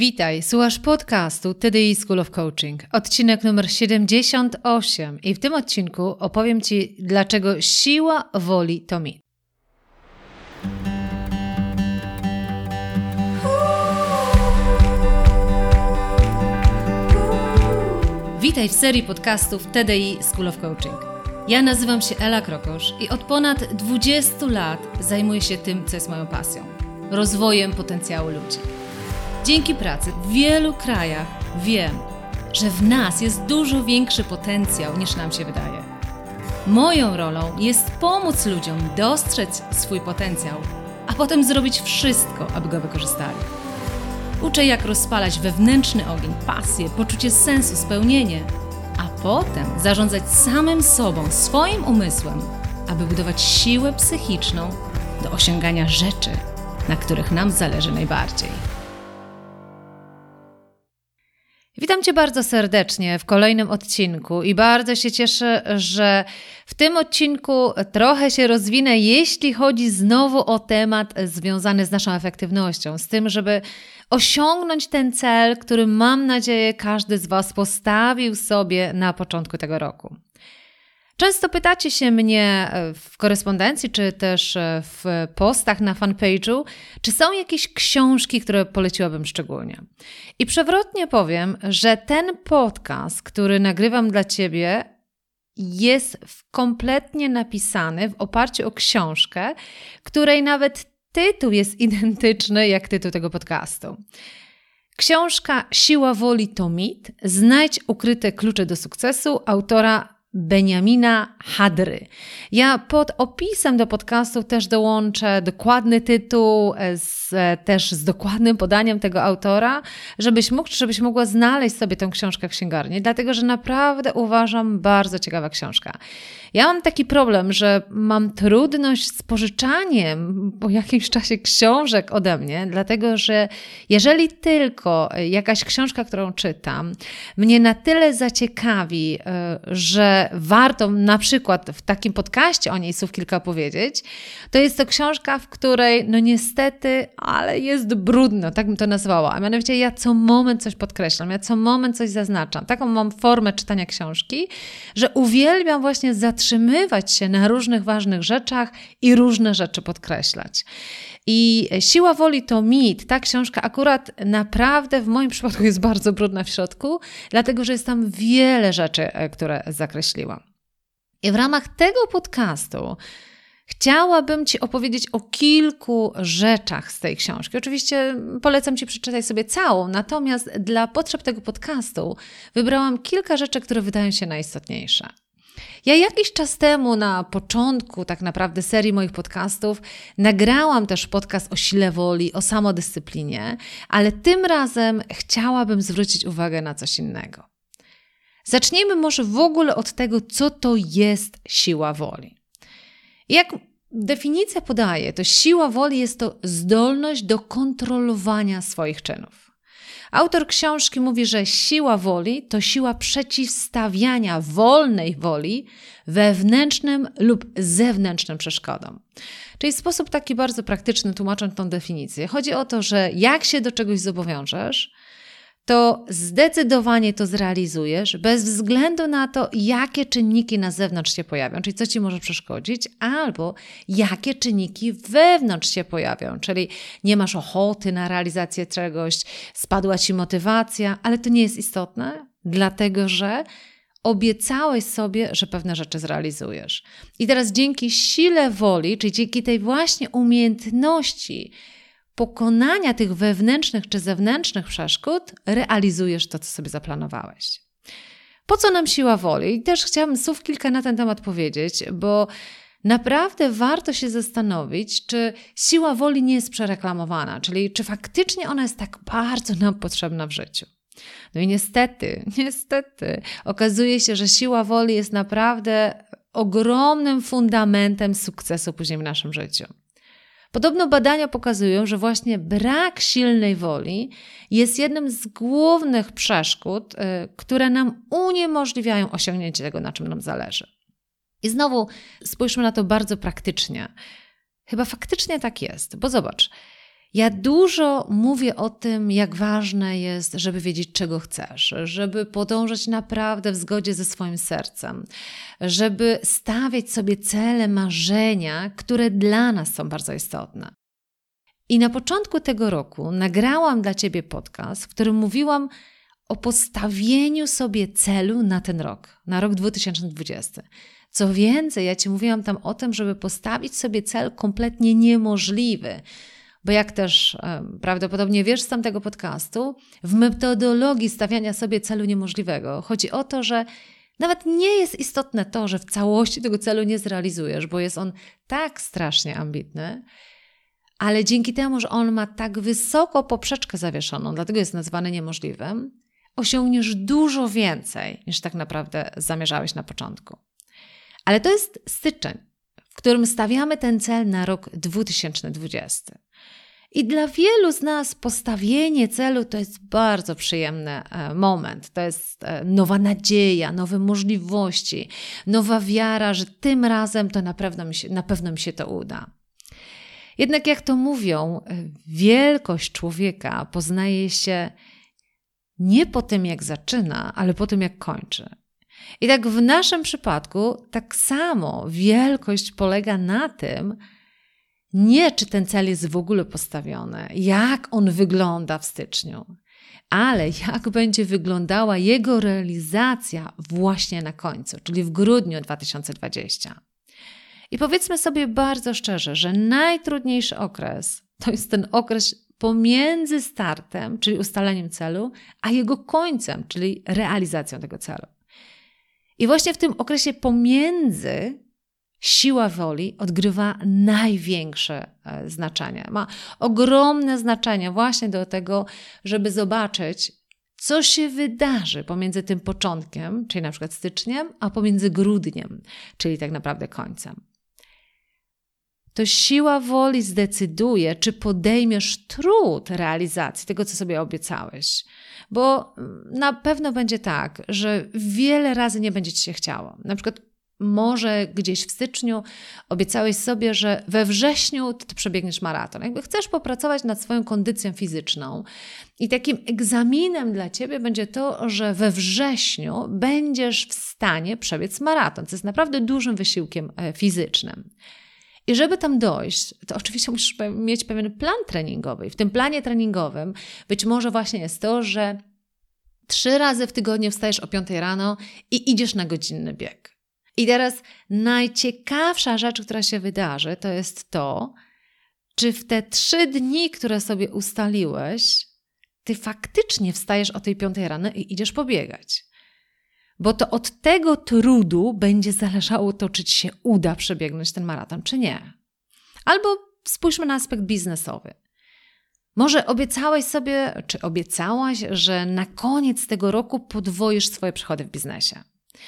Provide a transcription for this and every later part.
Witaj, słuchasz podcastu TDI School of Coaching, odcinek numer 78 i w tym odcinku opowiem Ci, dlaczego siła woli to mit. Witaj w serii podcastów TDI School of Coaching. Ja nazywam się Ela Krokosz i od ponad 20 lat zajmuję się tym, co jest moją pasją – rozwojem potencjału ludzi. Dzięki pracy w wielu krajach wiem, że w nas jest dużo większy potencjał niż nam się wydaje. Moją rolą jest pomóc ludziom dostrzec swój potencjał, a potem zrobić wszystko, aby go wykorzystali. Uczę, jak rozpalać wewnętrzny ogień, pasję, poczucie sensu, spełnienie, a potem zarządzać samym sobą, swoim umysłem, aby budować siłę psychiczną do osiągania rzeczy, na których nam zależy najbardziej. Witam Cię bardzo serdecznie w kolejnym odcinku i bardzo się cieszę, że w tym odcinku trochę się rozwinę, jeśli chodzi znowu o temat związany z naszą efektywnością, z tym, żeby osiągnąć ten cel, który mam nadzieję każdy z Was postawił sobie na początku tego roku. Często pytacie się mnie w korespondencji, czy też w postach na fanpage'u, czy są jakieś książki, które poleciłabym szczególnie. I przewrotnie powiem, że ten podcast, który nagrywam dla Ciebie, jest kompletnie napisany w oparciu o książkę, której nawet tytuł jest identyczny jak tytuł tego podcastu. Książka Siła woli to mit. Znajdź ukryte klucze do sukcesu autora Benjamina Hadry. Ja pod opisem do podcastu też dołączę dokładny tytuł, też z dokładnym podaniem tego autora, żebyś mogła znaleźć sobie tę książkę w księgarni, dlatego że naprawdę uważam bardzo ciekawa książka. Ja mam taki problem, że mam trudność z pożyczaniem po jakimś czasie książek ode mnie, dlatego że jeżeli tylko jakaś książka, którą czytam, mnie na tyle zaciekawi, że warto na przykład w takim podcaście o niej słów kilka powiedzieć, to jest to książka, w której no niestety, ale jest brudno, tak bym to nazwała. A mianowicie ja co moment coś podkreślam, ja co moment coś zaznaczam. Taką mam formę czytania książki, że uwielbiam właśnie zatrzymywać się na różnych ważnych rzeczach i różne rzeczy podkreślać. I Siła woli to mit. Ta książka akurat naprawdę w moim przypadku jest bardzo brudna w środku, dlatego że jest tam wiele rzeczy, które zakreśliłam. I w ramach tego podcastu chciałabym Ci opowiedzieć o kilku rzeczach z tej książki. Oczywiście polecam Ci przeczytać sobie całą, natomiast dla potrzeb tego podcastu wybrałam kilka rzeczy, które wydają się najistotniejsze. Ja jakiś czas temu na początku tak naprawdę serii moich podcastów nagrałam też podcast o sile woli, o samodyscyplinie, ale tym razem chciałabym zwrócić uwagę na coś innego. Zacznijmy może w ogóle od tego, co to jest siła woli. Jak definicja podaje, to siła woli jest to zdolność do kontrolowania swoich czynów. Autor książki mówi, że siła woli to siła przeciwstawiania wolnej woli wewnętrznym lub zewnętrznym przeszkodom. Czyli w sposób taki bardzo praktyczny, tłumacząc tą definicję, chodzi o to, że jak się do czegoś zobowiążesz, to zdecydowanie to zrealizujesz bez względu na to, jakie czynniki na zewnątrz się pojawią, czyli co Ci może przeszkodzić, albo jakie czynniki wewnątrz się pojawią, czyli nie masz ochoty na realizację czegoś, spadła Ci motywacja, ale to nie jest istotne, dlatego że obiecałeś sobie, że pewne rzeczy zrealizujesz. I teraz dzięki sile woli, czyli dzięki tej właśnie umiejętności pokonania tych wewnętrznych czy zewnętrznych przeszkód realizujesz to, co sobie zaplanowałeś. Po co nam siła woli? I też chciałabym słów kilka na ten temat powiedzieć, bo naprawdę warto się zastanowić, czy siła woli nie jest przereklamowana, czyli czy faktycznie ona jest tak bardzo nam potrzebna w życiu. No i niestety, okazuje się, że siła woli jest naprawdę ogromnym fundamentem sukcesu później w naszym życiu. Podobno badania pokazują, że właśnie brak silnej woli jest jednym z głównych przeszkód, które nam uniemożliwiają osiągnięcie tego, na czym nam zależy. I znowu spójrzmy na to bardzo praktycznie. Chyba faktycznie tak jest, bo zobacz, Ja dużo mówię o tym, jak ważne jest, żeby wiedzieć, czego chcesz, żeby podążać naprawdę w zgodzie ze swoim sercem, żeby stawiać sobie cele, marzenia, które dla nas są bardzo istotne. I na początku tego roku nagrałam dla Ciebie podcast, w którym mówiłam o postawieniu sobie celu na ten rok, na rok 2020. Co więcej, ja Ci mówiłam tam o tym, żeby postawić sobie cel kompletnie niemożliwy, bo jak też prawdopodobnie wiesz z tamtego podcastu, w metodologii stawiania sobie celu niemożliwego chodzi o to, że nawet nie jest istotne to, że w całości tego celu nie zrealizujesz, bo jest on tak strasznie ambitny, ale dzięki temu, że on ma tak wysoko poprzeczkę zawieszoną, dlatego jest nazwany niemożliwym, osiągniesz dużo więcej niż tak naprawdę zamierzałeś na początku. Ale to jest styczeń, w którym stawiamy ten cel na rok 2020. I dla wielu z nas postawienie celu to jest bardzo przyjemny moment. To jest nowa nadzieja, nowe możliwości, nowa wiara, że tym razem to na pewno mi się to uda. Jednak jak to mówią, wielkość człowieka poznaje się nie po tym, jak zaczyna, ale po tym, jak kończy. I tak w naszym przypadku tak samo wielkość polega na tym, nie czy ten cel jest w ogóle postawiony, jak on wygląda w styczniu, ale jak będzie wyglądała jego realizacja właśnie na końcu, czyli w grudniu 2020. I powiedzmy sobie bardzo szczerze, że najtrudniejszy okres to jest ten okres pomiędzy startem, czyli ustaleniem celu, a jego końcem, czyli realizacją tego celu. I właśnie w tym okresie pomiędzy siła woli odgrywa największe znaczenie. Ma ogromne znaczenie właśnie do tego, żeby zobaczyć, co się wydarzy pomiędzy tym początkiem, czyli na przykład styczniem, a pomiędzy grudniem, czyli tak naprawdę końcem. To siła woli zdecyduje, czy podejmiesz trud realizacji tego, co sobie obiecałeś. Bo na pewno będzie tak, że wiele razy nie będzie Ci się chciało. Na przykład może gdzieś w styczniu obiecałeś sobie, że we wrześniu ty przebiegniesz maraton. Jakby chcesz popracować nad swoją kondycją fizyczną i takim egzaminem dla Ciebie będzie to, że we wrześniu będziesz w stanie przebiec maraton, co jest naprawdę dużym wysiłkiem fizycznym. I żeby tam dojść, to oczywiście musisz mieć pewien plan treningowy. I w tym planie treningowym być może właśnie jest to, że 3 razy w tygodniu wstajesz o 5 rano i idziesz na godzinny bieg. I teraz najciekawsza rzecz, która się wydarzy, to jest to, czy w te 3 dni, które sobie ustaliłeś, ty faktycznie wstajesz o tej 5 rano i idziesz pobiegać. Bo to od tego trudu będzie zależało to, czy Ci się uda przebiegnąć ten maraton, czy nie. Albo spójrzmy na aspekt biznesowy. Może obiecałeś sobie, czy obiecałaś, że na koniec tego roku podwoisz swoje przychody w biznesie.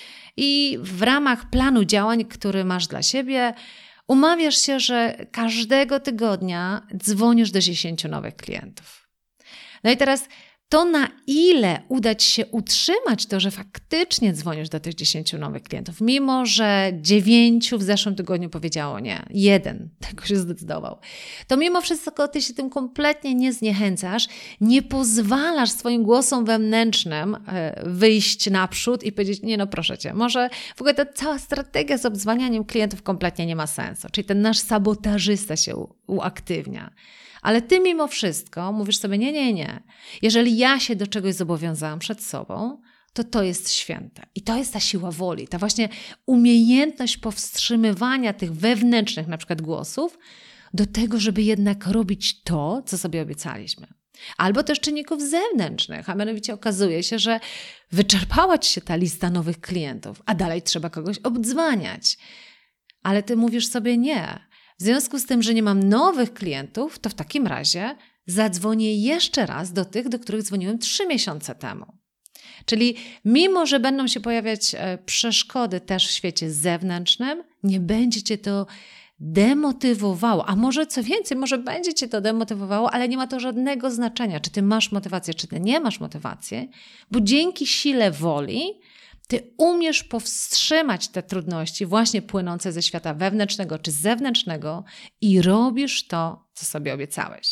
I w ramach planu działań, który masz dla siebie, umawiasz się, że każdego tygodnia dzwonisz do 10 nowych klientów. No i teraz to, na ile uda Ci się utrzymać to, że faktycznie dzwonisz do tych 10 nowych klientów, mimo że 9 w zeszłym tygodniu powiedziało nie, 1 tego się zdecydował, to mimo wszystko Ty się tym kompletnie nie zniechęcasz, nie pozwalasz swoim głosom wewnętrznym wyjść naprzód i powiedzieć, nie no proszę Cię, może w ogóle ta cała strategia z obdzwanianiem klientów kompletnie nie ma sensu, czyli ten nasz sabotażysta się uaktywnia. Ale Ty mimo wszystko mówisz sobie, nie. Jeżeli ja się do czegoś zobowiązałam przed sobą, to jest święte. I to jest ta siła woli, ta właśnie umiejętność powstrzymywania tych wewnętrznych na przykład głosów do tego, żeby jednak robić to, co sobie obiecaliśmy. Albo też czynników zewnętrznych, a mianowicie okazuje się, że wyczerpała Ci się ta lista nowych klientów, a dalej trzeba kogoś obdzwaniać. Ale Ty mówisz sobie nie. W związku z tym, że nie mam nowych klientów, to w takim razie zadzwonię jeszcze raz do tych, do których dzwoniłem 3 miesiące temu. Czyli mimo, że będą się pojawiać przeszkody też w świecie zewnętrznym, nie będzie Cię to demotywowało. A może co więcej, może będzie Cię to demotywowało, ale nie ma to żadnego znaczenia, czy Ty masz motywację, czy Ty nie masz motywacji, bo dzięki sile woli Ty umiesz powstrzymać te trudności właśnie płynące ze świata wewnętrznego czy zewnętrznego i robisz to, co sobie obiecałeś.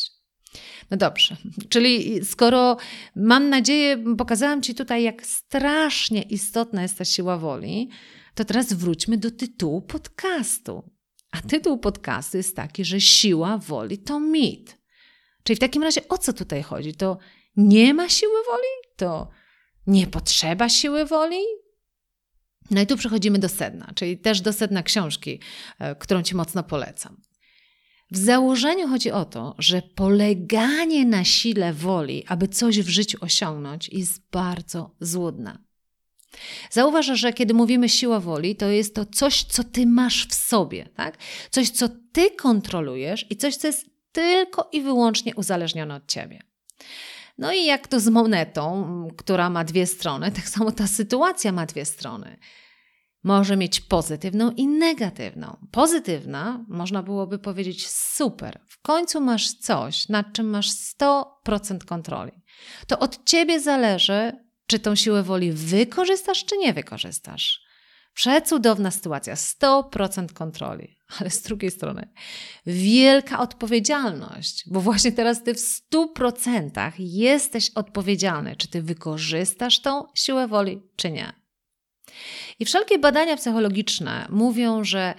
No dobrze, czyli skoro mam nadzieję, pokazałam Ci tutaj, jak strasznie istotna jest ta siła woli, to teraz wróćmy do tytułu podcastu. A tytuł podcastu jest taki, że siła woli to mit. Czyli w takim razie o co tutaj chodzi? To nie ma siły woli? To nie potrzeba siły woli? No i tu przechodzimy do sedna, czyli też do sedna książki, którą Ci mocno polecam. W założeniu chodzi o to, że poleganie na sile woli, aby coś w życiu osiągnąć, jest bardzo złudne. Zauważ, że kiedy mówimy siła woli, to jest to coś, co Ty masz w sobie, tak? Coś, co Ty kontrolujesz i coś, co jest tylko i wyłącznie uzależnione od Ciebie. No i jak to z monetą, która ma dwie strony, tak samo ta sytuacja ma dwie strony. Może mieć pozytywną i negatywną. Pozytywna, można byłoby powiedzieć, super, w końcu masz coś, nad czym masz 100% kontroli. To od Ciebie zależy, czy tą siłę woli wykorzystasz, czy nie wykorzystasz. Przecudowna sytuacja, 100% kontroli. Ale z drugiej strony wielka odpowiedzialność, bo właśnie teraz Ty w 100% jesteś odpowiedzialny, czy Ty wykorzystasz tą siłę woli, czy nie. I wszelkie badania psychologiczne mówią, że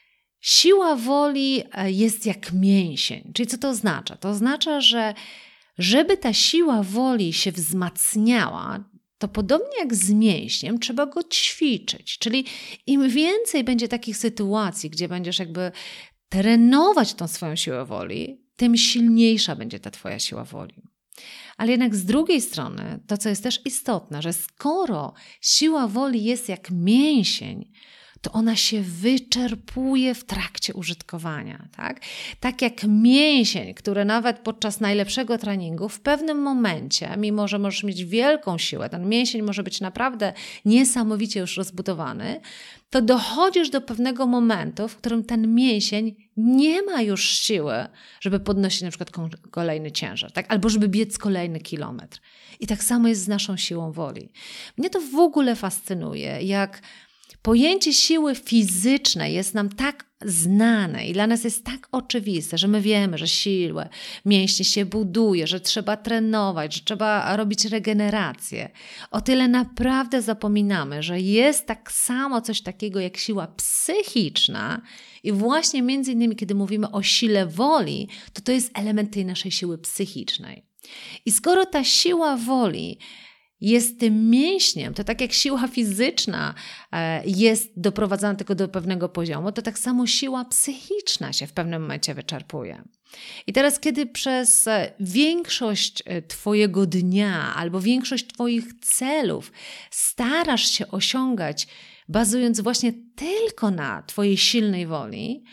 siła woli jest jak mięsień. Czyli co to oznacza? To oznacza, że żeby ta siła woli się wzmacniała, to podobnie jak z mięśniem trzeba go ćwiczyć. Czyli im więcej będzie takich sytuacji, gdzie będziesz jakby trenować tą swoją siłę woli, tym silniejsza będzie ta Twoja siła woli. Ale jednak z drugiej strony, to co jest też istotne, że skoro siła woli jest jak mięsień, to ona się wyczerpuje w trakcie użytkowania. Tak jak mięsień, który nawet podczas najlepszego treningu w pewnym momencie, mimo że możesz mieć wielką siłę, ten mięsień może być naprawdę niesamowicie już rozbudowany, to dochodzisz do pewnego momentu, w którym ten mięsień nie ma już siły, żeby podnosić na przykład kolejny ciężar, tak? Albo żeby biec kolejny kilometr. I tak samo jest z naszą siłą woli. Mnie to w ogóle fascynuje, jak pojęcie siły fizycznej jest nam tak znane i dla nas jest tak oczywiste, że my wiemy, że siłę mięśni się buduje, że trzeba trenować, że trzeba robić regenerację. O tyle naprawdę zapominamy, że jest tak samo coś takiego jak siła psychiczna i właśnie między innymi, kiedy mówimy o sile woli, to jest element tej naszej siły psychicznej. I skoro ta siła woli jest tym mięśniem, to tak jak siła fizyczna jest doprowadzana tylko do pewnego poziomu, to tak samo siła psychiczna się w pewnym momencie wyczerpuje. I teraz, kiedy przez większość Twojego dnia albo większość Twoich celów starasz się osiągać, bazując właśnie tylko na Twojej silnej woli,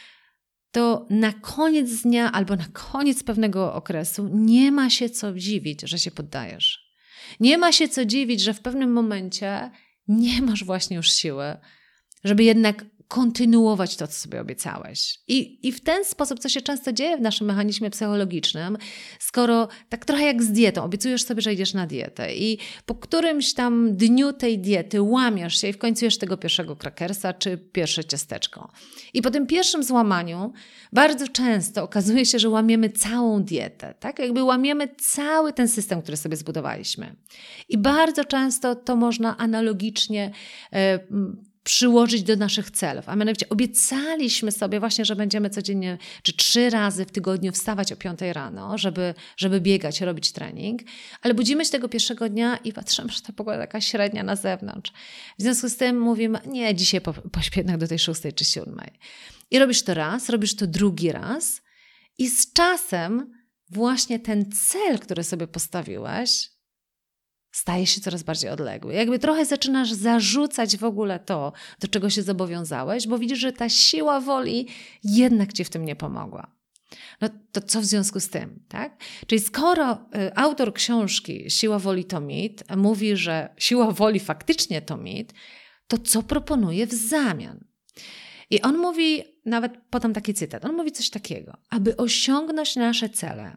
to na koniec dnia albo na koniec pewnego okresu nie ma się co dziwić, że się poddajesz. Nie ma się co dziwić, że w pewnym momencie nie masz właśnie już siły, żeby jednak kontynuować to, co sobie obiecałeś. I w ten sposób, co się często dzieje w naszym mechanizmie psychologicznym, skoro tak trochę jak z dietą, obiecujesz sobie, że idziesz na dietę i po którymś tam dniu tej diety łamiesz się i w końcu jesz tego pierwszego krakersa czy pierwsze ciasteczko. I po tym pierwszym złamaniu bardzo często okazuje się, że łamiemy całą dietę, tak? Jakby łamiemy cały ten system, który sobie zbudowaliśmy. I bardzo często to można analogicznie przyłożyć do naszych celów. A mianowicie obiecaliśmy sobie właśnie, że będziemy codziennie czy 3 razy w tygodniu wstawać o 5 rano, żeby biegać, robić trening, ale budzimy się tego pierwszego dnia i patrzymy, że ta pogoda taka średnia na zewnątrz. W związku z tym mówimy, nie, dzisiaj pośpię jednak do tej 6 czy 7. I robisz to raz, robisz to drugi raz i z czasem właśnie ten cel, który sobie postawiłeś, staje się coraz bardziej odległy. Jakby trochę zaczynasz zarzucać w ogóle to, do czego się zobowiązałeś, bo widzisz, że ta siła woli jednak Ci w tym nie pomogła. No to co w związku z tym, tak? Czyli skoro autor książki Siła woli to mit mówi, że siła woli faktycznie to mit, to co proponuje w zamian? I on mówi, nawet podam taki cytat, on mówi coś takiego, aby osiągnąć nasze cele,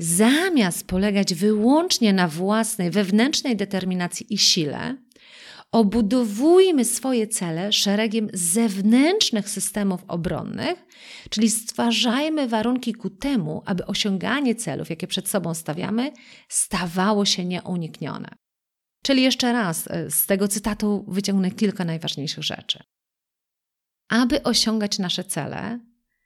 zamiast polegać wyłącznie na własnej wewnętrznej determinacji i sile, obudowujmy swoje cele szeregiem zewnętrznych systemów obronnych, czyli stwarzajmy warunki ku temu, aby osiąganie celów, jakie przed sobą stawiamy, stawało się nieuniknione. Czyli jeszcze raz z tego cytatu wyciągnę kilka najważniejszych rzeczy. Aby osiągać nasze cele,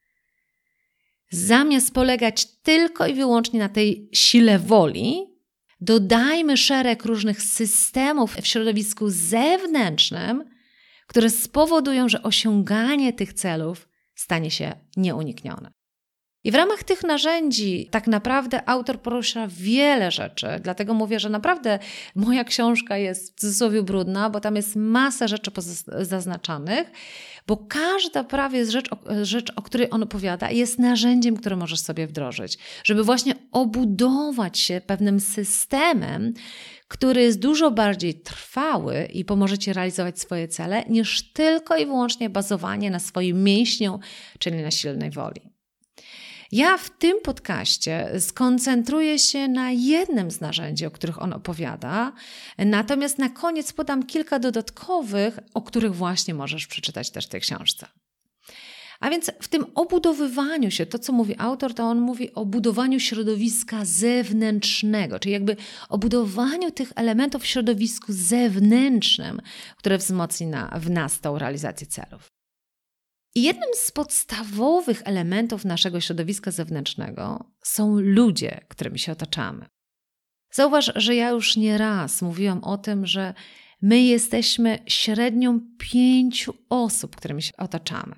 zamiast polegać tylko i wyłącznie na tej sile woli, dodajmy szereg różnych systemów w środowisku zewnętrznym, które spowodują, że osiąganie tych celów stanie się nieuniknione. I w ramach tych narzędzi tak naprawdę autor porusza wiele rzeczy, dlatego mówię, że naprawdę moja książka jest w cudzysłowie brudna, bo tam jest masa rzeczy zaznaczanych, bo każda prawie rzecz, o której on opowiada, jest narzędziem, które możesz sobie wdrożyć, żeby właśnie obudować się pewnym systemem, który jest dużo bardziej trwały i pomoże Ci realizować swoje cele, niż tylko i wyłącznie bazowanie na swoim mięśniu, czyli na silnej woli. Ja w tym podcaście skoncentruję się na jednym z narzędzi, o których on opowiada, natomiast na koniec podam kilka dodatkowych, o których właśnie możesz przeczytać też w tej książce. A więc w tym obudowywaniu się, to co mówi autor, to on mówi o budowaniu środowiska zewnętrznego, czyli jakby o budowaniu tych elementów w środowisku zewnętrznym, które wzmocni w nas tą realizację celów. I jednym z podstawowych elementów naszego środowiska zewnętrznego są ludzie, którymi się otaczamy. Zauważ, że ja już nie raz mówiłam o tym, że my jesteśmy średnią 5 osób, którymi się otaczamy.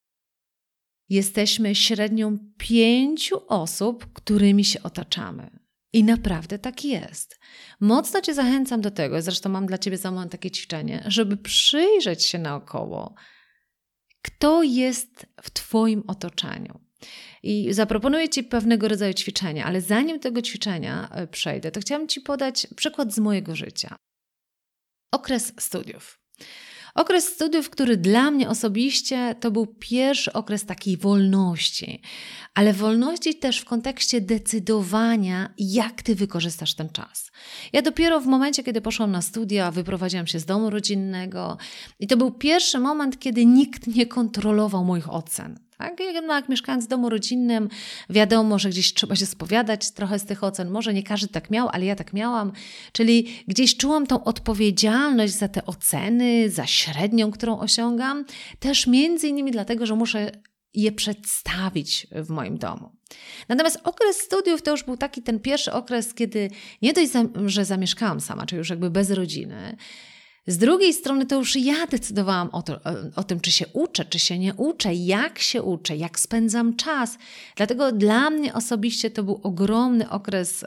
Jesteśmy średnią 5 osób, którymi się otaczamy. I naprawdę tak jest. Mocno Cię zachęcam do tego, zresztą mam dla Ciebie za moment takie ćwiczenie, żeby przyjrzeć się naokoło, kto jest w Twoim otoczeniu. I zaproponuję Ci pewnego rodzaju ćwiczenia, ale zanim tego ćwiczenia przejdę, to chciałam Ci podać przykład z mojego życia. Okres studiów. Okres studiów, który dla mnie osobiście to był pierwszy okres takiej wolności, ale wolności też w kontekście decydowania, jak Ty wykorzystasz ten czas. Ja dopiero w momencie, kiedy poszłam na studia, wyprowadziłam się z domu rodzinnego i to był pierwszy moment, kiedy nikt nie kontrolował moich ocen. Tak? Jak mieszkając w domu rodzinnym, wiadomo, że gdzieś trzeba się spowiadać trochę z tych ocen. Może nie każdy tak miał, ale ja tak miałam. Czyli gdzieś czułam tą odpowiedzialność za te oceny, za średnią, którą osiągam. Też między innymi dlatego, że muszę je przedstawić w moim domu. Natomiast okres studiów to już był taki ten pierwszy okres, kiedy nie dość, że zamieszkałam sama, czyli już jakby bez rodziny. Z drugiej strony to już ja decydowałam o tym, czy się uczę, czy się nie uczę, jak spędzam czas. Dlatego dla mnie osobiście to był ogromny okres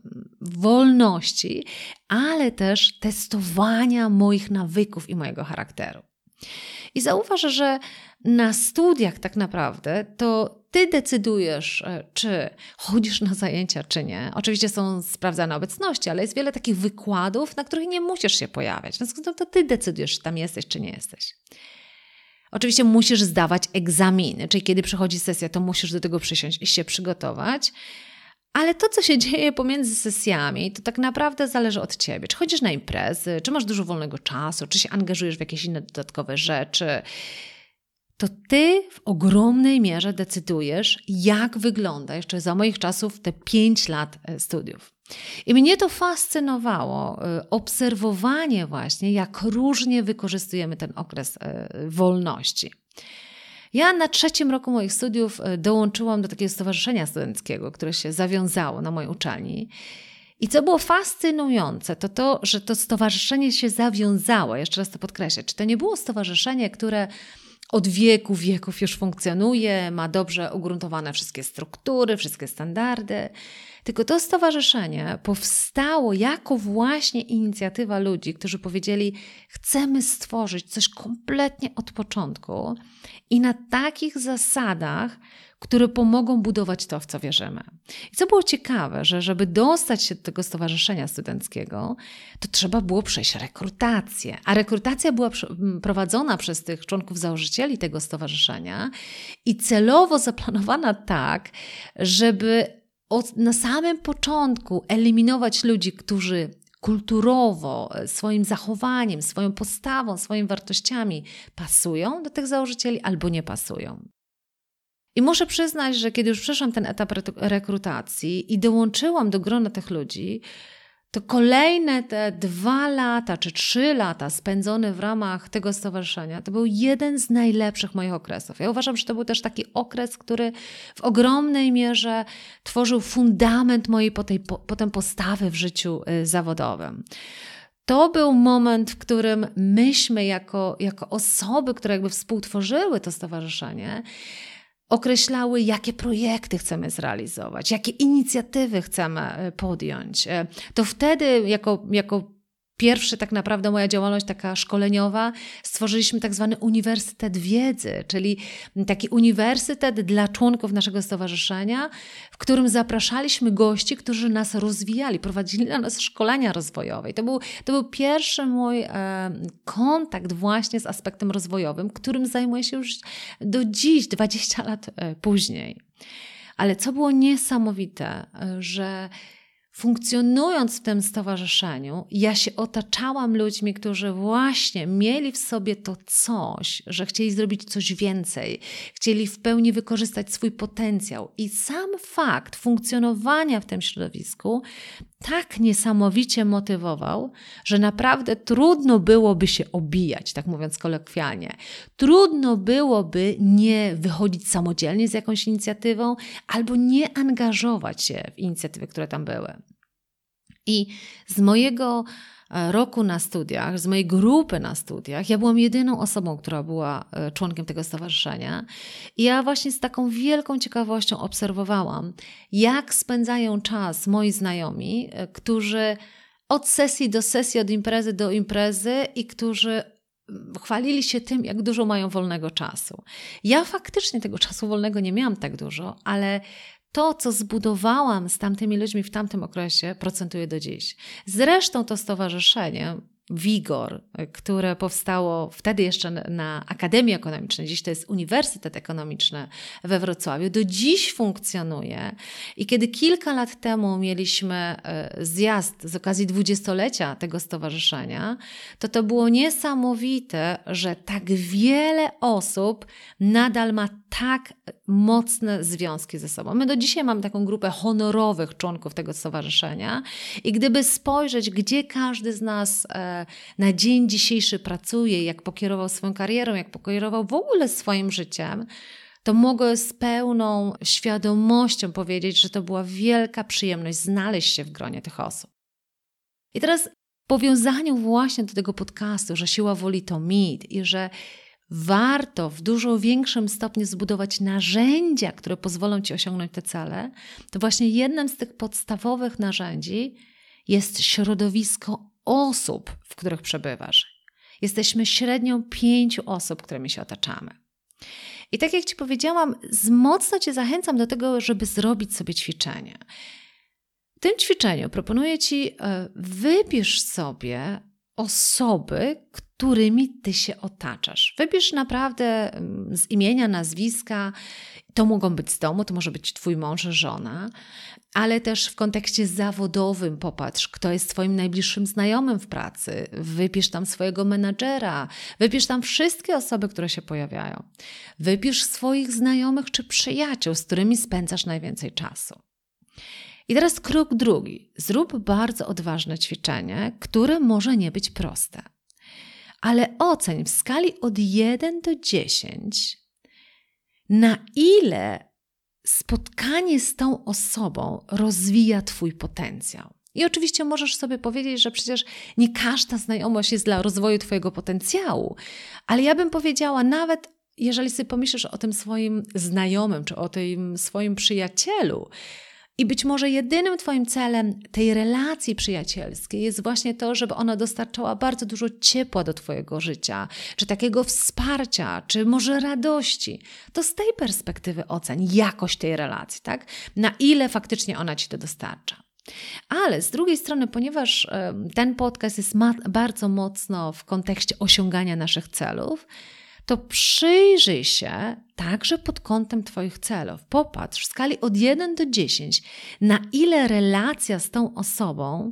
wolności, ale też testowania moich nawyków i mojego charakteru. I zauważ, że na studiach tak naprawdę to Ty decydujesz, czy chodzisz na zajęcia, czy nie. Oczywiście są sprawdzane obecności, ale jest wiele takich wykładów, na których nie musisz się pojawiać. W związku z tym to Ty decydujesz, czy tam jesteś, czy nie jesteś. Oczywiście musisz zdawać egzaminy, czyli kiedy przychodzi sesja, to musisz do tego przysiąść i się przygotować. Ale to, co się dzieje pomiędzy sesjami, to tak naprawdę zależy od Ciebie. Czy chodzisz na imprezy, czy masz dużo wolnego czasu, czy się angażujesz w jakieś inne dodatkowe rzeczy. To Ty w ogromnej mierze decydujesz, jak wygląda jeszcze za moich czasów te 5 lat studiów. I mnie to fascynowało, obserwowanie właśnie, jak różnie wykorzystujemy ten okres wolności. Ja na 3. roku moich studiów dołączyłam do takiego stowarzyszenia studenckiego, które się zawiązało na mojej uczelni. I co było fascynujące, to to, że to stowarzyszenie się zawiązało. Jeszcze raz to podkreślę. Czy to nie było stowarzyszenie, które od wieków już funkcjonuje, ma dobrze ugruntowane wszystkie struktury, wszystkie standardy. Tylko to stowarzyszenie powstało jako właśnie inicjatywa ludzi, którzy powiedzieli, chcemy stworzyć coś kompletnie od początku i na takich zasadach, które pomogą budować to, w co wierzymy. I co było ciekawe, że żeby dostać się do tego stowarzyszenia studenckiego, to trzeba było przejść rekrutację. A rekrutacja była prowadzona przez tych członków założycieli tego stowarzyszenia i celowo zaplanowana tak, żeby na samym początku eliminować ludzi, którzy kulturowo, swoim zachowaniem, swoją postawą, swoimi wartościami pasują do tych założycieli albo nie pasują. I muszę przyznać, że kiedy już przeszłam ten etap rekrutacji i dołączyłam do grona tych ludzi, to kolejne te 2 lata czy 3 lata spędzone w ramach tego stowarzyszenia to był jeden z najlepszych moich okresów. Ja uważam, że to był też taki okres, który w ogromnej mierze tworzył fundament mojej potem postawy w życiu zawodowym. To był moment, w którym myśmy jako osoby, które jakby współtworzyły to stowarzyszenie, określały, jakie projekty chcemy zrealizować, jakie inicjatywy chcemy podjąć. To wtedy jako pierwszy tak naprawdę moja działalność taka szkoleniowa, stworzyliśmy tak zwany Uniwersytet Wiedzy, czyli taki uniwersytet dla członków naszego stowarzyszenia, w którym zapraszaliśmy gości, którzy nas rozwijali, prowadzili dla nas szkolenia rozwojowe. I to był pierwszy mój kontakt właśnie z aspektem rozwojowym, którym zajmuję się już do dziś, 20 lat później. Ale co było niesamowite, że funkcjonując w tym stowarzyszeniu, ja się otaczałam ludźmi, którzy właśnie mieli w sobie to coś, że chcieli zrobić coś więcej, chcieli w pełni wykorzystać swój potencjał. I sam fakt funkcjonowania w tym środowisku tak niesamowicie motywował, że naprawdę trudno byłoby się obijać, tak mówiąc kolokwialnie. Trudno byłoby nie wychodzić samodzielnie z jakąś inicjatywą albo nie angażować się w inicjatywy, które tam były. I z mojego roku na studiach, z mojej grupy na studiach, ja byłam jedyną osobą, która była członkiem tego stowarzyszenia. I ja właśnie z taką wielką ciekawością obserwowałam, jak spędzają czas moi znajomi, którzy od sesji do sesji, od imprezy do imprezy i którzy chwalili się tym, jak dużo mają wolnego czasu. Ja faktycznie tego czasu wolnego nie miałam tak dużo, ale to, co zbudowałam z tamtymi ludźmi w tamtym okresie, procentuje do dziś. Zresztą to stowarzyszenie WIGOR, które powstało wtedy jeszcze na Akademii Ekonomicznej, dziś to jest Uniwersytet Ekonomiczny we Wrocławiu, do dziś funkcjonuje. I kiedy kilka lat temu mieliśmy zjazd z okazji 20-lecia tego stowarzyszenia, to było niesamowite, że tak wiele osób nadal ma tak mocne związki ze sobą. My do dzisiaj mamy taką grupę honorowych członków tego stowarzyszenia i gdyby spojrzeć, gdzie każdy z nas na dzień dzisiejszy pracuje, jak pokierował swoją karierą, jak pokierował w ogóle swoim życiem, to mogę z pełną świadomością powiedzieć, że to była wielka przyjemność znaleźć się w gronie tych osób. I teraz w powiązaniu właśnie do tego podcastu, że siła woli to mit i że warto w dużo większym stopniu zbudować narzędzia, które pozwolą Ci osiągnąć te cele, to właśnie jednym z tych podstawowych narzędzi jest środowisko osób, w których przebywasz. Jesteśmy średnią 5 osób, którymi się otaczamy. I tak jak Ci powiedziałam, mocno Cię zachęcam do tego, żeby zrobić sobie ćwiczenie. W tym ćwiczeniu proponuję Ci, wypisz sobie osoby, którymi Ty się otaczasz. Wybierz naprawdę z imienia, nazwiska. To mogą być z domu, to może być Twój mąż, żona, ale też w kontekście zawodowym popatrz, kto jest Twoim najbliższym znajomym w pracy. Wypisz tam swojego menadżera, wypisz tam wszystkie osoby, które się pojawiają. Wypisz swoich znajomych czy przyjaciół, z którymi spędzasz najwięcej czasu. I teraz krok drugi. Zrób bardzo odważne ćwiczenie, które może nie być proste. Ale oceń w skali od 1 do 10, na ile spotkanie z tą osobą rozwija Twój potencjał. I oczywiście możesz sobie powiedzieć, że przecież nie każda znajomość jest dla rozwoju Twojego potencjału, ale ja bym powiedziała, nawet jeżeli sobie pomyślisz o tym swoim znajomym, czy o tym swoim przyjacielu, i być może jedynym Twoim celem tej relacji przyjacielskiej jest właśnie to, żeby ona dostarczała bardzo dużo ciepła do Twojego życia, czy takiego wsparcia, czy może radości. To z tej perspektywy oceń jakość tej relacji, tak? Na ile faktycznie ona Ci to dostarcza. Ale z drugiej strony, ponieważ ten podcast jest bardzo mocno w kontekście osiągania naszych celów, to przyjrzyj się także pod kątem Twoich celów. Popatrz w skali od 1 do 10, na ile relacja z tą osobą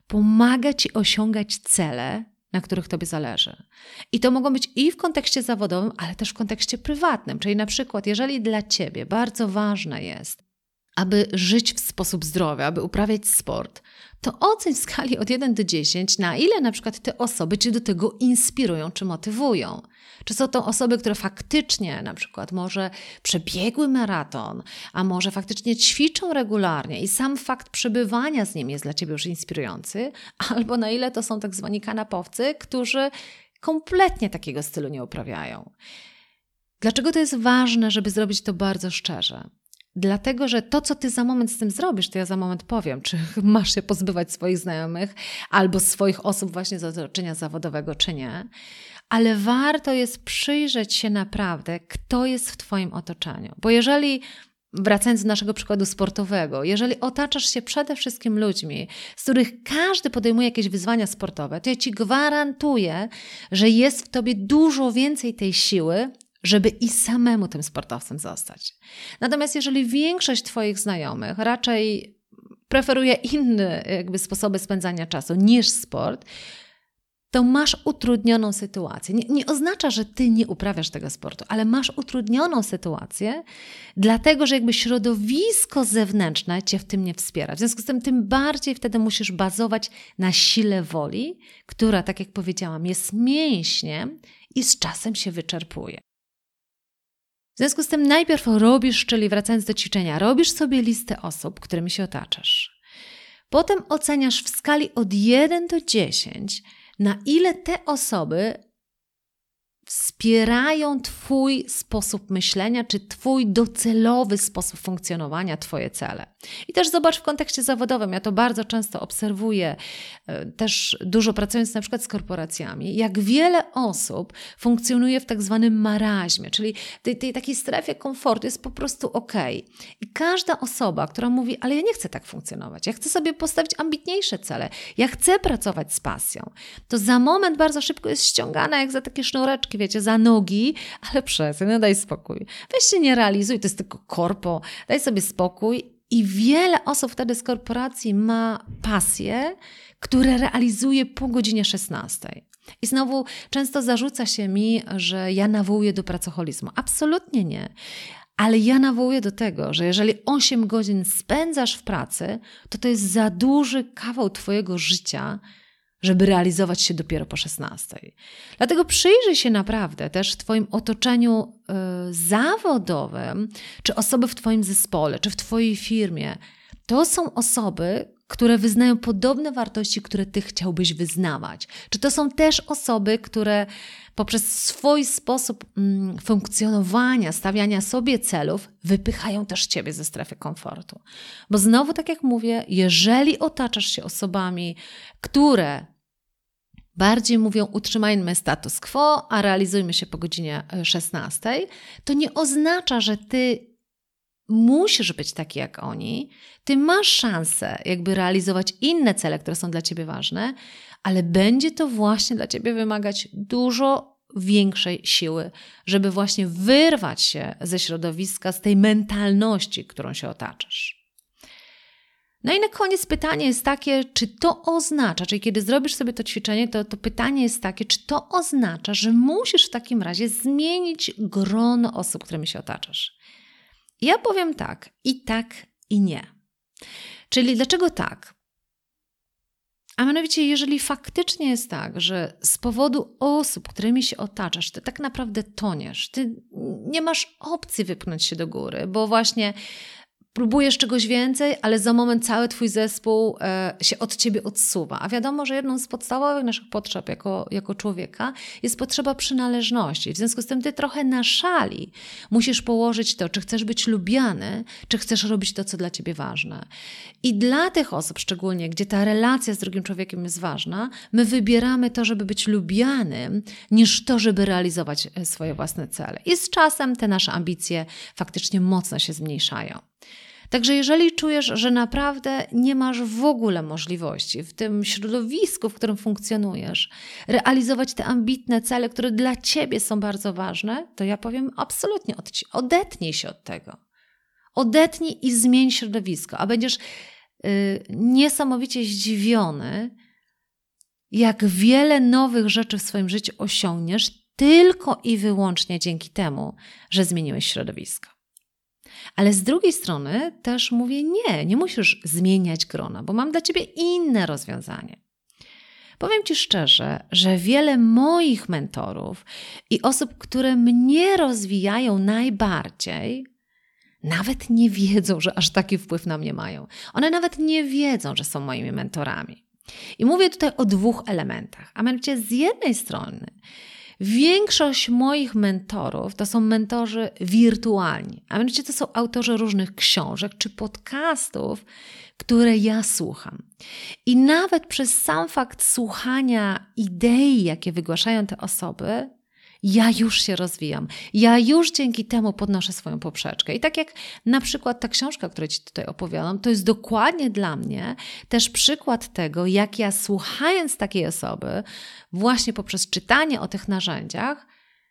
pomaga Ci osiągać cele, na których Tobie zależy. I to mogą być i w kontekście zawodowym, ale też w kontekście prywatnym. Czyli na przykład, jeżeli dla Ciebie bardzo ważne jest, aby żyć w sposób zdrowy, aby uprawiać sport, to oceń w skali od 1 do 10, na ile na przykład te osoby Cię do tego inspirują czy motywują. Czy są to osoby, które faktycznie na przykład może przebiegły maraton, a może faktycznie ćwiczą regularnie i sam fakt przebywania z nimi jest dla Ciebie już inspirujący, albo na ile to są tak zwani kanapowcy, którzy kompletnie takiego stylu nie uprawiają. Dlaczego to jest ważne, żeby zrobić to bardzo szczerze? Dlatego, że to, co Ty za moment z tym zrobisz, to ja za moment powiem, czy masz się pozbywać swoich znajomych albo swoich osób właśnie z otoczenia zawodowego, czy nie. Ale warto jest przyjrzeć się naprawdę, kto jest w Twoim otoczeniu. Bo jeżeli, wracając do naszego przykładu sportowego, jeżeli otaczasz się przede wszystkim ludźmi, z których każdy podejmuje jakieś wyzwania sportowe, to ja Ci gwarantuję, że jest w Tobie dużo więcej tej siły, żeby i samemu tym sportowcem zostać. Natomiast jeżeli większość Twoich znajomych raczej preferuje inne sposoby spędzania czasu niż sport, to masz utrudnioną sytuację. Nie oznacza, że Ty nie uprawiasz tego sportu, ale masz utrudnioną sytuację, dlatego, że środowisko zewnętrzne Cię w tym nie wspiera. W związku z tym bardziej wtedy musisz bazować na sile woli, która, tak jak powiedziałam, jest mięśniem i z czasem się wyczerpuje. W związku z tym najpierw robisz, czyli wracając do ćwiczenia, robisz sobie listę osób, którymi się otaczasz. Potem oceniasz w skali od 1 do 10, na ile te osoby wspierają Twój sposób myślenia, czy Twój docelowy sposób funkcjonowania, Twoje cele. I też zobacz w kontekście zawodowym, ja to bardzo często obserwuję, też dużo pracując na przykład z korporacjami, jak wiele osób funkcjonuje w tak zwanym maraźmie, czyli tej takiej strefie komfortu jest po prostu okej. I każda osoba, która mówi, ale ja nie chcę tak funkcjonować, ja chcę sobie postawić ambitniejsze cele, ja chcę pracować z pasją, to za moment bardzo szybko jest ściągana jak za takie sznureczki, wiecie, za nogi, ale przestań, no daj spokój. Weź się nie realizuj, to jest tylko korpo, daj sobie spokój. I wiele osób wtedy z korporacji ma pasje, które realizuje po godzinie 16. I znowu często zarzuca się mi, że ja nawołuję do pracoholizmu. Absolutnie nie. Ale ja nawołuję do tego, że jeżeli 8 godzin spędzasz w pracy, to jest za duży kawał Twojego życia, żeby realizować się dopiero po 16. Dlatego przyjrzyj się naprawdę też w Twoim otoczeniu zawodowym, czy osoby w Twoim zespole, czy w Twojej firmie. To są osoby, które wyznają podobne wartości, które Ty chciałbyś wyznawać. Czy to są też osoby, które poprzez swój sposób funkcjonowania, stawiania sobie celów, wypychają też Ciebie ze strefy komfortu. Bo znowu, tak jak mówię, jeżeli otaczasz się osobami, które bardziej mówią, utrzymajmy status quo, a realizujmy się po godzinie 16, to nie oznacza, że Ty musisz być taki jak oni. Ty masz szansę realizować inne cele, które są dla Ciebie ważne, ale będzie to właśnie dla Ciebie wymagać dużo większej siły, żeby właśnie wyrwać się ze środowiska, z tej mentalności, którą się otaczasz. No i na koniec pytanie jest takie, czy to oznacza, czyli kiedy zrobisz sobie to ćwiczenie, to pytanie jest takie, czy to oznacza, że musisz w takim razie zmienić grono osób, którymi się otaczasz. Ja powiem tak, i nie. Czyli dlaczego tak? A mianowicie, jeżeli faktycznie jest tak, że z powodu osób, którymi się otaczasz, ty tak naprawdę toniesz, ty nie masz opcji wypchnąć się do góry, bo właśnie próbujesz czegoś więcej, ale za moment cały Twój zespół się od Ciebie odsuwa. A wiadomo, że jedną z podstawowych naszych potrzeb jako człowieka jest potrzeba przynależności. W związku z tym Ty trochę na szali musisz położyć to, czy chcesz być lubiany, czy chcesz robić to, co dla Ciebie ważne. I dla tych osób szczególnie, gdzie ta relacja z drugim człowiekiem jest ważna, my wybieramy to, żeby być lubianym, niż to, żeby realizować swoje własne cele. I z czasem te nasze ambicje faktycznie mocno się zmniejszają. Także jeżeli czujesz, że naprawdę nie masz w ogóle możliwości w tym środowisku, w którym funkcjonujesz, realizować te ambitne cele, które dla Ciebie są bardzo ważne, to ja powiem absolutnie odetnij się od tego. Odetnij i zmień środowisko, a będziesz niesamowicie zdziwiony, jak wiele nowych rzeczy w swoim życiu osiągniesz tylko i wyłącznie dzięki temu, że zmieniłeś środowisko. Ale z drugiej strony też mówię, nie musisz zmieniać grona, bo mam dla Ciebie inne rozwiązanie. Powiem Ci szczerze, że wiele moich mentorów i osób, które mnie rozwijają najbardziej, nawet nie wiedzą, że aż taki wpływ na mnie mają. One nawet nie wiedzą, że są moimi mentorami. I mówię tutaj o 2 elementach. A mianowicie z jednej strony większość moich mentorów to są mentorzy wirtualni, a mianowicie to są autorzy różnych książek czy podcastów, które ja słucham. I nawet przez sam fakt słuchania idei, jakie wygłaszają te osoby, ja już się rozwijam. Ja już dzięki temu podnoszę swoją poprzeczkę. I tak jak na przykład ta książka, o której Ci tutaj opowiadam, to jest dokładnie dla mnie też przykład tego, jak ja słuchając takiej osoby, właśnie poprzez czytanie o tych narzędziach,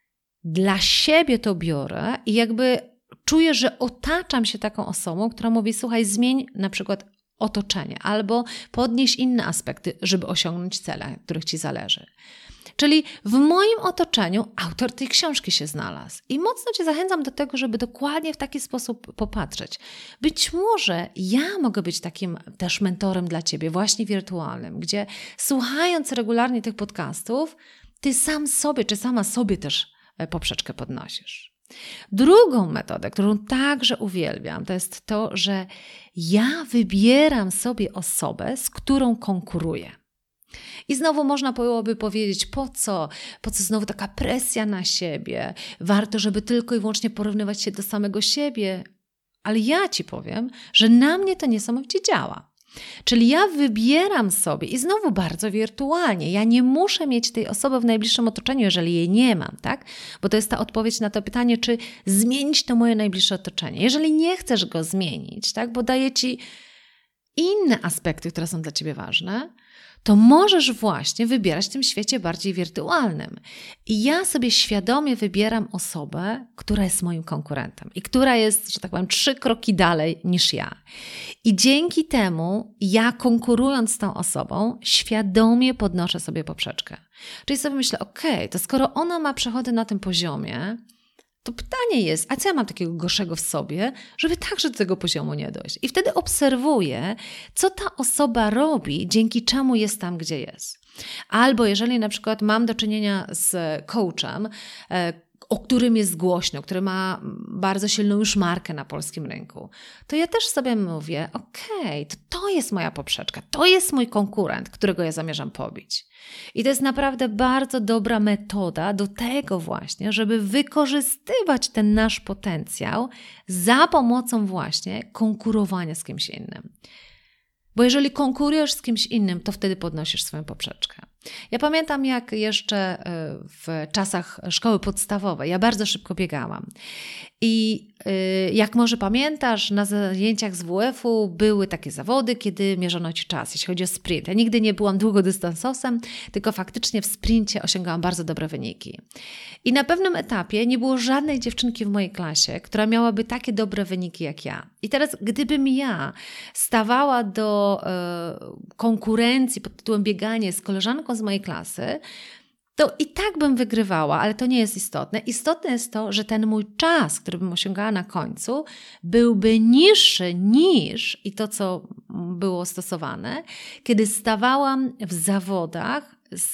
dla siebie to biorę i jakby czuję, że otaczam się taką osobą, która mówi, słuchaj, zmień na przykład otoczenie albo podnieś inne aspekty, żeby osiągnąć cele, których Ci zależy. Czyli w moim otoczeniu autor tej książki się znalazł. I mocno Cię zachęcam do tego, żeby dokładnie w taki sposób popatrzeć. Być może ja mogę być takim też mentorem dla Ciebie, właśnie wirtualnym, gdzie słuchając regularnie tych podcastów, Ty sam sobie czy sama sobie też poprzeczkę podnosisz. Drugą metodę, którą także uwielbiam, to jest to, że ja wybieram sobie osobę, z którą konkuruję. I znowu można byłoby powiedzieć, po co znowu taka presja na siebie, warto, żeby tylko i wyłącznie porównywać się do samego siebie, ale ja Ci powiem, że na mnie to niesamowicie działa. Czyli ja wybieram sobie i znowu bardzo wirtualnie, ja nie muszę mieć tej osoby w najbliższym otoczeniu, jeżeli jej nie mam, tak? Bo to jest ta odpowiedź na to pytanie, czy zmienić to moje najbliższe otoczenie. Jeżeli nie chcesz go zmienić, tak? Bo daje Ci inne aspekty, które są dla Ciebie ważne, to możesz właśnie wybierać w tym świecie bardziej wirtualnym. I ja sobie świadomie wybieram osobę, która jest moim konkurentem i która jest, że tak powiem, 3 kroki dalej niż ja. I dzięki temu ja konkurując z tą osobą, świadomie podnoszę sobie poprzeczkę. Czyli sobie myślę, to skoro ona ma przechody na tym poziomie, to pytanie jest, a co ja mam takiego gorszego w sobie, żeby także do tego poziomu nie dojść? I wtedy obserwuję, co ta osoba robi, dzięki czemu jest tam, gdzie jest. Albo jeżeli na przykład mam do czynienia z coachem, o którym jest głośno, który ma bardzo silną już markę na polskim rynku, to ja też sobie mówię, to jest moja poprzeczka, to jest mój konkurent, którego ja zamierzam pobić. I to jest naprawdę bardzo dobra metoda do tego właśnie, żeby wykorzystywać ten nasz potencjał za pomocą właśnie konkurowania z kimś innym. Bo jeżeli konkurujesz z kimś innym, to wtedy podnosisz swoją poprzeczkę. Ja pamiętam, jak jeszcze w czasach szkoły podstawowej, ja bardzo szybko biegałam. I jak może pamiętasz, na zajęciach z WF-u były takie zawody, kiedy mierzono Ci czas, jeśli chodzi o sprint. Ja nigdy nie byłam długodystansowcem, tylko faktycznie w sprincie osiągałam bardzo dobre wyniki. I na pewnym etapie nie było żadnej dziewczynki w mojej klasie, która miałaby takie dobre wyniki jak ja. I teraz, gdybym ja stawała do konkurencji pod tytułem bieganie z koleżanką z mojej klasy, to i tak bym wygrywała, ale to nie jest istotne. Istotne jest to, że ten mój czas, który bym osiągała na końcu, byłby niższy niż i to, co było stosowane, kiedy stawałam w zawodach z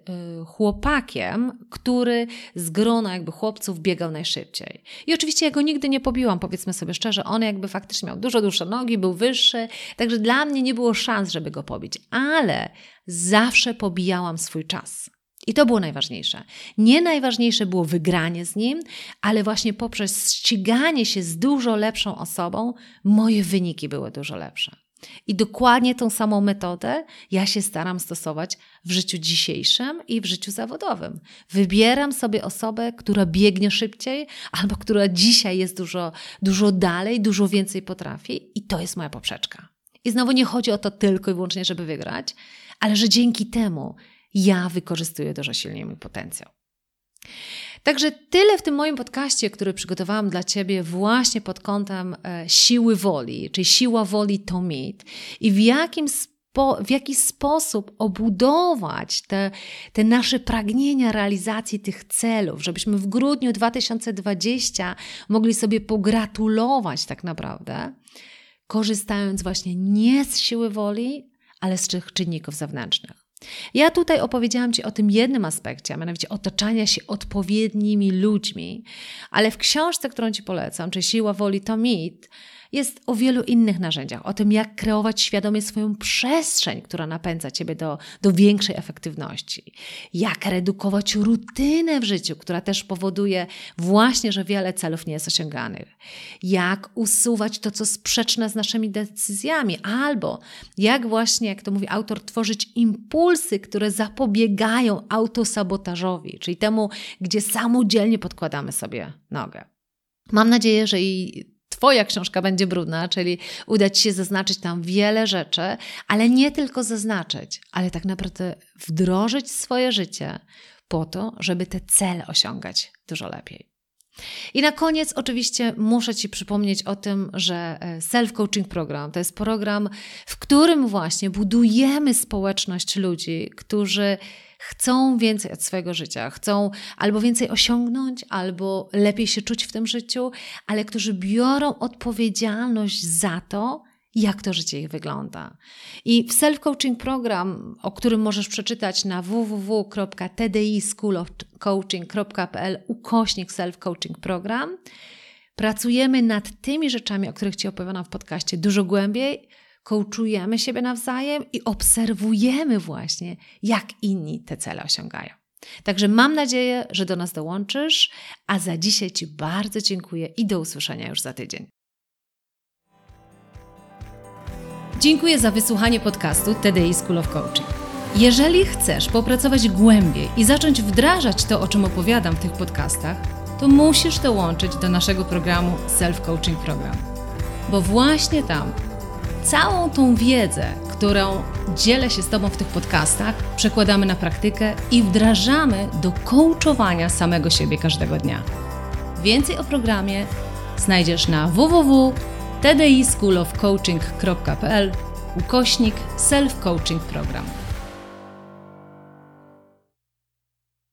chłopakiem, który z grona jakby chłopców biegał najszybciej. I oczywiście ja go nigdy nie pobiłam, powiedzmy sobie szczerze, on jakby faktycznie miał dużo dłuższe nogi, był wyższy, także dla mnie nie było szans, żeby go pobić, ale zawsze pobijałam swój czas. I to było najważniejsze. Nie najważniejsze było wygranie z nim, ale właśnie poprzez ściganie się z dużo lepszą osobą, moje wyniki były dużo lepsze. I dokładnie tą samą metodę ja się staram stosować w życiu dzisiejszym i w życiu zawodowym. Wybieram sobie osobę, która biegnie szybciej albo która dzisiaj jest dużo dalej, dużo więcej potrafi i to jest moja poprzeczka. I znowu nie chodzi o to tylko i wyłącznie, żeby wygrać, ale że dzięki temu ja wykorzystuję dużo silniej mój potencjał. Także tyle w tym moim podcaście, który przygotowałam dla Ciebie właśnie pod kątem siły woli, czyli siła woli to mit i w jaki sposób obudować te nasze pragnienia realizacji tych celów, żebyśmy w grudniu 2020 mogli sobie pogratulować tak naprawdę, korzystając właśnie nie z siły woli, ale z tych czynników zewnętrznych. Ja tutaj opowiedziałam Ci o tym jednym aspekcie, a mianowicie otaczania się odpowiednimi ludźmi, ale w książce, którą Ci polecam, czyli Siła woli to mit, jest o wielu innych narzędziach, o tym, jak kreować świadomie swoją przestrzeń, która napędza Ciebie do większej efektywności, jak redukować rutynę w życiu, która też powoduje właśnie, że wiele celów nie jest osiąganych, jak usuwać to, co sprzeczne z naszymi decyzjami, albo jak właśnie, jak to mówi autor, tworzyć impulsy, które zapobiegają autosabotażowi, czyli temu, gdzie samodzielnie podkładamy sobie nogę. Mam nadzieję, że i Twoja książka będzie brudna, czyli uda Ci się zaznaczyć tam wiele rzeczy, ale nie tylko zaznaczyć, ale tak naprawdę wdrożyć swoje życie po to, żeby te cele osiągać dużo lepiej. I na koniec oczywiście muszę Ci przypomnieć o tym, że Self-Coaching Program to jest program, w którym właśnie budujemy społeczność ludzi, którzy chcą więcej od swojego życia, chcą albo więcej osiągnąć, albo lepiej się czuć w tym życiu, ale którzy biorą odpowiedzialność za to, jak to życie ich wygląda. I w Self-Coaching Program, o którym możesz przeczytać na www.tdischoolofcoaching.pl/self-coaching program, pracujemy nad tymi rzeczami, o których Ci opowiadam w podcaście dużo głębiej, coachujemy siebie nawzajem i obserwujemy właśnie, jak inni te cele osiągają. Także mam nadzieję, że do nas dołączysz, a za dzisiaj Ci bardzo dziękuję i do usłyszenia już za tydzień. Dziękuję za wysłuchanie podcastu TDI School of Coaching. Jeżeli chcesz popracować głębiej i zacząć wdrażać to, o czym opowiadam w tych podcastach, to musisz dołączyć do naszego programu Self-Coaching Program. Bo właśnie tam całą tą wiedzę, którą dzielę się z Tobą w tych podcastach, przekładamy na praktykę i wdrażamy do coachowania samego siebie każdego dnia. Więcej o programie znajdziesz na www.tdischoolofcoaching.pl/self-coaching program.